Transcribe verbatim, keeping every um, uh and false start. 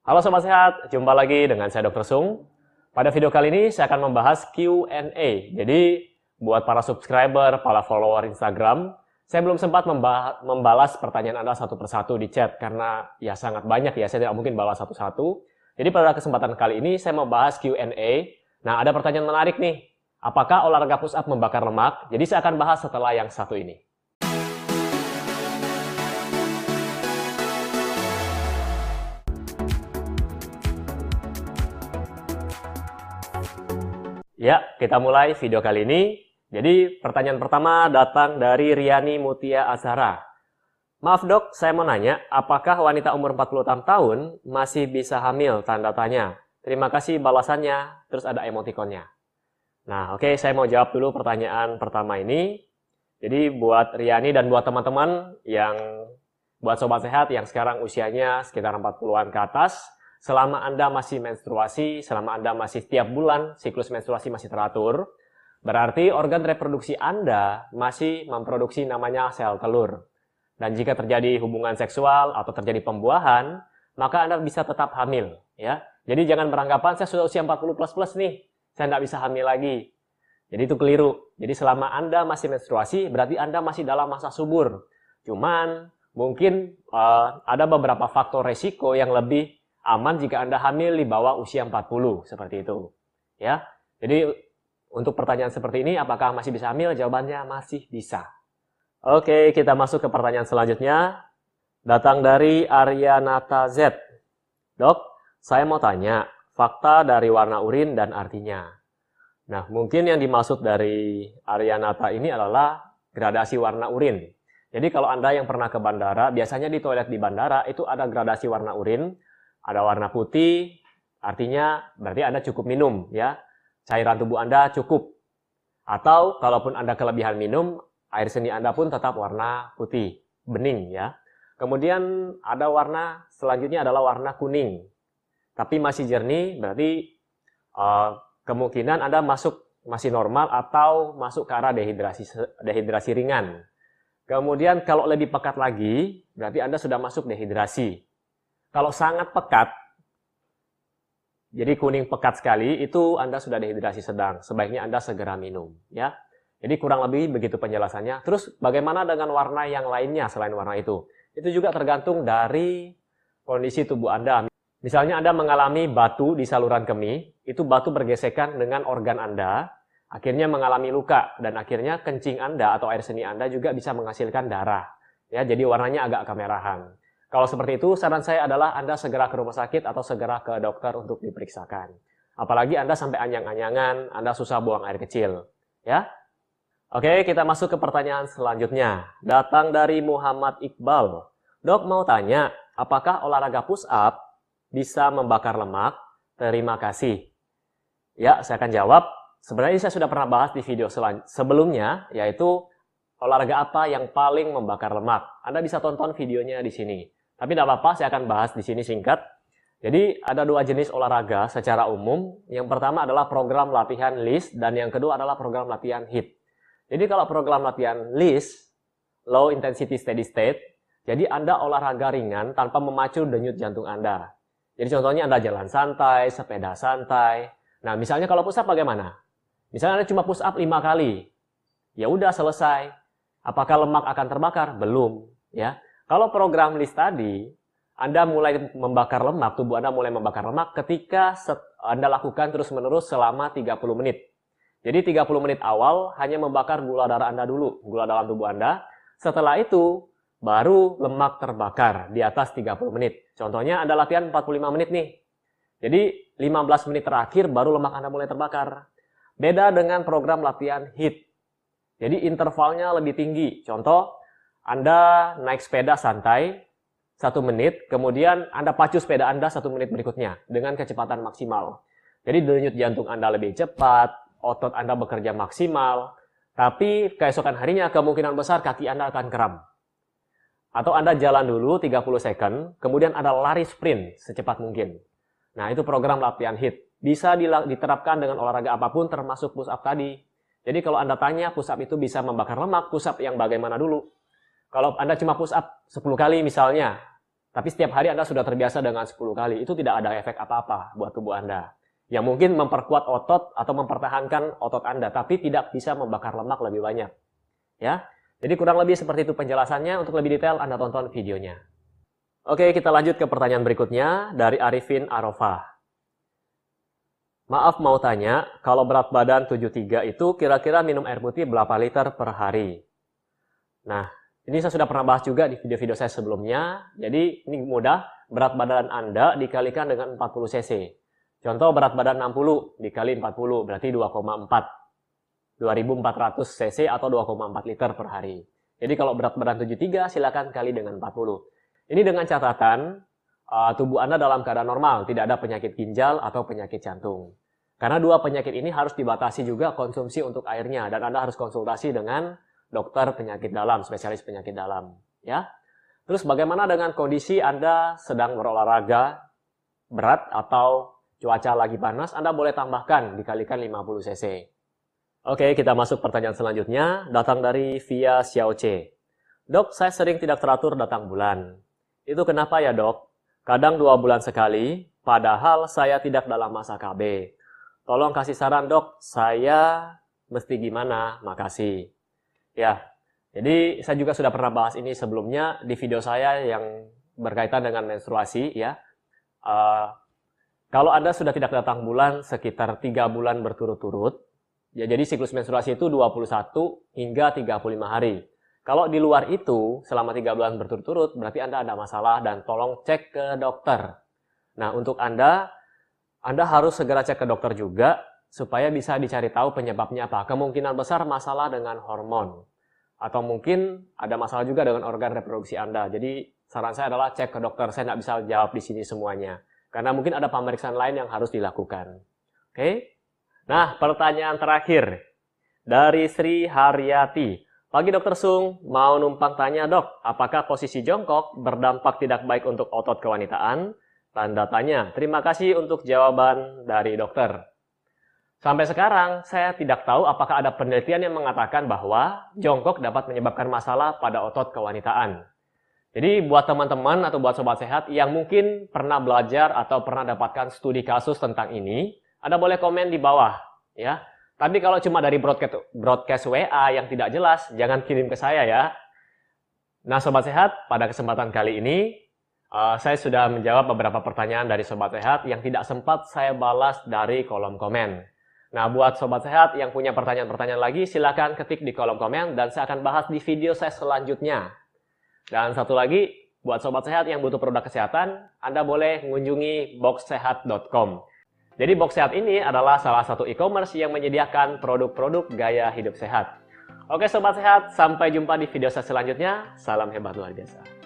Halo Sobat Sehat, jumpa lagi dengan saya Dokter Sung. Pada video kali ini saya akan membahas Q and A. Jadi buat para subscriber, para follower Instagram, saya belum sempat membalas pertanyaan Anda satu persatu di chat karena ya sangat banyak ya, saya tidak mungkin balas satu-satu. Jadi pada kesempatan kali ini saya mau bahas Q and A. Nah, ada pertanyaan menarik nih. Apakah olahraga push up membakar lemak? Jadi saya akan bahas setelah yang satu ini. Ya, kita mulai video kali ini. Jadi, pertanyaan pertama datang dari Riani Mutia Azhara. Maaf dok, saya mau nanya, apakah wanita umur empat puluh enam tahun masih bisa hamil? Tanda tanya. Terima kasih balasannya, terus ada emotikonnya. Nah, oke, saya mau jawab dulu pertanyaan pertama ini. Jadi, buat Riani dan buat teman-teman yang, buat sobat sehat yang sekarang usianya sekitar empat puluhan ke atas, selama Anda masih menstruasi, selama Anda masih setiap bulan siklus menstruasi masih teratur, berarti organ reproduksi Anda masih memproduksi namanya sel telur. Dan jika terjadi hubungan seksual atau terjadi pembuahan, maka Anda bisa tetap hamil. Ya. Jadi jangan beranggapan saya sudah usia empat puluh plus plus nih, saya tidak bisa hamil lagi. Jadi itu keliru. Jadi selama Anda masih menstruasi, berarti Anda masih dalam masa subur. Cuman mungkin uh, ada beberapa faktor resiko yang lebih aman jika Anda hamil di bawah usia empat puluh, seperti itu. Ya. Jadi untuk pertanyaan seperti ini, apakah masih bisa hamil? Jawabannya masih bisa. Oke, kita masuk ke pertanyaan selanjutnya. Datang dari Aryanata Z. Dok, saya mau tanya, fakta dari warna urin dan artinya. Nah, mungkin yang dimaksud dari Aryanata ini adalah gradasi warna urin. Jadi kalau Anda yang pernah ke bandara, biasanya di toilet di bandara itu ada gradasi warna urin. Ada warna putih, artinya berarti Anda cukup minum, ya. Cairan tubuh Anda cukup. Atau kalaupun Anda kelebihan minum, air seni Anda pun tetap warna putih, bening, ya. Kemudian ada warna selanjutnya adalah warna kuning. Tapi masih jernih, berarti uh, kemungkinan Anda masuk masih normal atau masuk ke arah dehidrasi, dehidrasi ringan. Kemudian kalau lebih pekat lagi, berarti Anda sudah masuk dehidrasi. Kalau sangat pekat, jadi kuning pekat sekali, itu Anda sudah dehidrasi sedang. Sebaiknya Anda segera minum. Ya. Jadi kurang lebih begitu penjelasannya. Terus bagaimana dengan warna yang lainnya selain warna itu? Itu juga tergantung dari kondisi tubuh Anda. Misalnya Anda mengalami batu di saluran kemih, itu batu bergesekan dengan organ Anda, akhirnya mengalami luka, dan akhirnya kencing Anda atau air seni Anda juga bisa menghasilkan darah. Ya, jadi warnanya agak kemerahan. Kalau seperti itu, saran saya adalah Anda segera ke rumah sakit atau segera ke dokter untuk diperiksakan. Apalagi Anda sampai anyang-anyangan, Anda susah buang air kecil. Ya? Oke, kita masuk ke pertanyaan selanjutnya. Datang dari Muhammad Iqbal. Dok, mau tanya, apakah olahraga push up bisa membakar lemak? Terima kasih. Ya, saya akan jawab. Sebenarnya saya sudah pernah bahas di video sebelumnya, yaitu olahraga apa yang paling membakar lemak. Anda bisa tonton videonya di sini. Tapi tidak apa-apa, saya akan bahas di sini singkat. Jadi ada dua jenis olahraga secara umum. Yang pertama adalah program latihan list dan yang kedua adalah program latihan HIIT. Jadi kalau program latihan list, low intensity steady state, jadi Anda olahraga ringan tanpa memacu denyut jantung Anda. Jadi contohnya Anda jalan santai, sepeda santai. Nah, misalnya kalau push up bagaimana? Misalnya Anda cuma push up lima kali. Ya udah selesai. Apakah lemak akan terbakar? Belum, ya. Kalau program list tadi, Anda mulai membakar lemak, tubuh Anda mulai membakar lemak ketika Anda lakukan terus-menerus selama tiga puluh menit. Jadi tiga puluh menit awal hanya membakar gula darah Anda dulu, gula dalam tubuh Anda. Setelah itu, baru lemak terbakar di atas tiga puluh menit. Contohnya Anda latihan empat puluh lima menit nih. Jadi lima belas menit terakhir baru lemak Anda mulai terbakar. Beda dengan program latihan HIIT. Jadi intervalnya lebih tinggi. Contoh, Anda naik sepeda santai satu menit, kemudian Anda pacu sepeda Anda satu menit berikutnya dengan kecepatan maksimal. Jadi denyut jantung Anda lebih cepat, otot Anda bekerja maksimal, tapi keesokan harinya kemungkinan besar kaki Anda akan kram. Atau Anda jalan dulu tiga puluh second, kemudian Anda lari sprint secepat mungkin. Nah, itu program latihan HIIT. Bisa diterapkan dengan olahraga apapun termasuk push up tadi. Jadi kalau Anda tanya push up itu bisa membakar lemak, push up yang bagaimana dulu? Kalau Anda cuma push up sepuluh kali misalnya, Tapi setiap hari Anda sudah terbiasa dengan sepuluh kali, itu tidak ada efek apa-apa buat tubuh Anda. Yang mungkin memperkuat otot atau mempertahankan otot Anda, tapi tidak bisa membakar lemak lebih banyak. Ya, jadi kurang lebih seperti itu penjelasannya. Untuk lebih detail Anda tonton videonya. Oke, kita lanjut ke pertanyaan berikutnya dari Arifin Arofah. Maaf mau tanya, kalau berat badan tujuh puluh tiga itu kira-kira minum air putih berapa liter per hari? Nah, ini saya sudah pernah bahas juga di video-video saya sebelumnya. Jadi ini mudah, berat badan Anda dikalikan dengan empat puluh cc. Contoh berat badan enam puluh dikali empat puluh berarti dua koma empat. dua ribu empat ratus cc atau dua koma empat liter per hari. Jadi kalau berat badan tujuh puluh tiga silakan kali dengan empat puluh. Ini dengan catatan uh, tubuh Anda dalam keadaan normal, tidak ada penyakit ginjal atau penyakit jantung. Karena dua penyakit ini harus dibatasi juga konsumsi untuk airnya, dan Anda harus konsultasi dengan dokter penyakit dalam, spesialis penyakit dalam, ya. Terus bagaimana dengan kondisi Anda sedang berolahraga berat atau cuaca lagi panas? Anda boleh tambahkan dikalikan lima puluh cc. Oke, kita masuk pertanyaan selanjutnya, datang dari Via Xiaoche. Dok, saya sering tidak teratur datang bulan. Itu kenapa ya dok? Kadang dua bulan sekali, padahal saya tidak dalam masa K B. Tolong kasih saran dok, saya mesti gimana? Makasih. Ya, jadi saya juga sudah pernah bahas ini sebelumnya di video saya yang berkaitan dengan menstruasi ya. Uh, kalau Anda sudah tidak datang bulan sekitar tiga bulan berturut-turut, ya jadi siklus menstruasi itu dua puluh satu hingga tiga puluh lima hari. Kalau di luar itu selama tiga bulan berturut-turut berarti Anda ada masalah dan tolong cek ke dokter. Nah, untuk Anda Anda harus segera cek ke dokter juga supaya bisa dicari tahu penyebabnya apa. Kemungkinan besar masalah dengan hormon. Atau mungkin ada masalah juga dengan organ reproduksi Anda. Jadi saran saya adalah cek ke dokter. Saya tidak bisa jawab di sini semuanya. Karena mungkin ada pemeriksaan lain yang harus dilakukan. Oke? Nah, pertanyaan terakhir. Dari Sri Haryati. Pagi Dokter Sung, mau numpang tanya dok, apakah posisi jongkok berdampak tidak baik untuk otot kewanitaan? Tanda tanya. Terima kasih untuk jawaban dari dokter. Sampai sekarang, saya tidak tahu apakah ada penelitian yang mengatakan bahwa jongkok dapat menyebabkan masalah pada otot kewanitaan. Jadi buat teman-teman atau buat sobat sehat yang mungkin pernah belajar atau pernah dapatkan studi kasus tentang ini, Anda boleh komen di bawah, ya. Tapi kalau cuma dari broadcast, broadcast W A yang tidak jelas, jangan kirim ke saya ya. Nah sobat sehat, pada kesempatan kali ini, uh, saya sudah menjawab beberapa pertanyaan dari sobat sehat yang tidak sempat saya balas dari kolom komen. Nah, buat sobat sehat yang punya pertanyaan-pertanyaan lagi, silakan ketik di kolom komen dan saya akan bahas di video saya selanjutnya. Dan satu lagi, buat sobat sehat yang butuh produk kesehatan, Anda boleh mengunjungi box sehat dot com. Jadi Box Sehat ini adalah salah satu e-commerce yang menyediakan produk-produk gaya hidup sehat. Oke sobat sehat, sampai jumpa di video saya selanjutnya. Salam hebat luar biasa.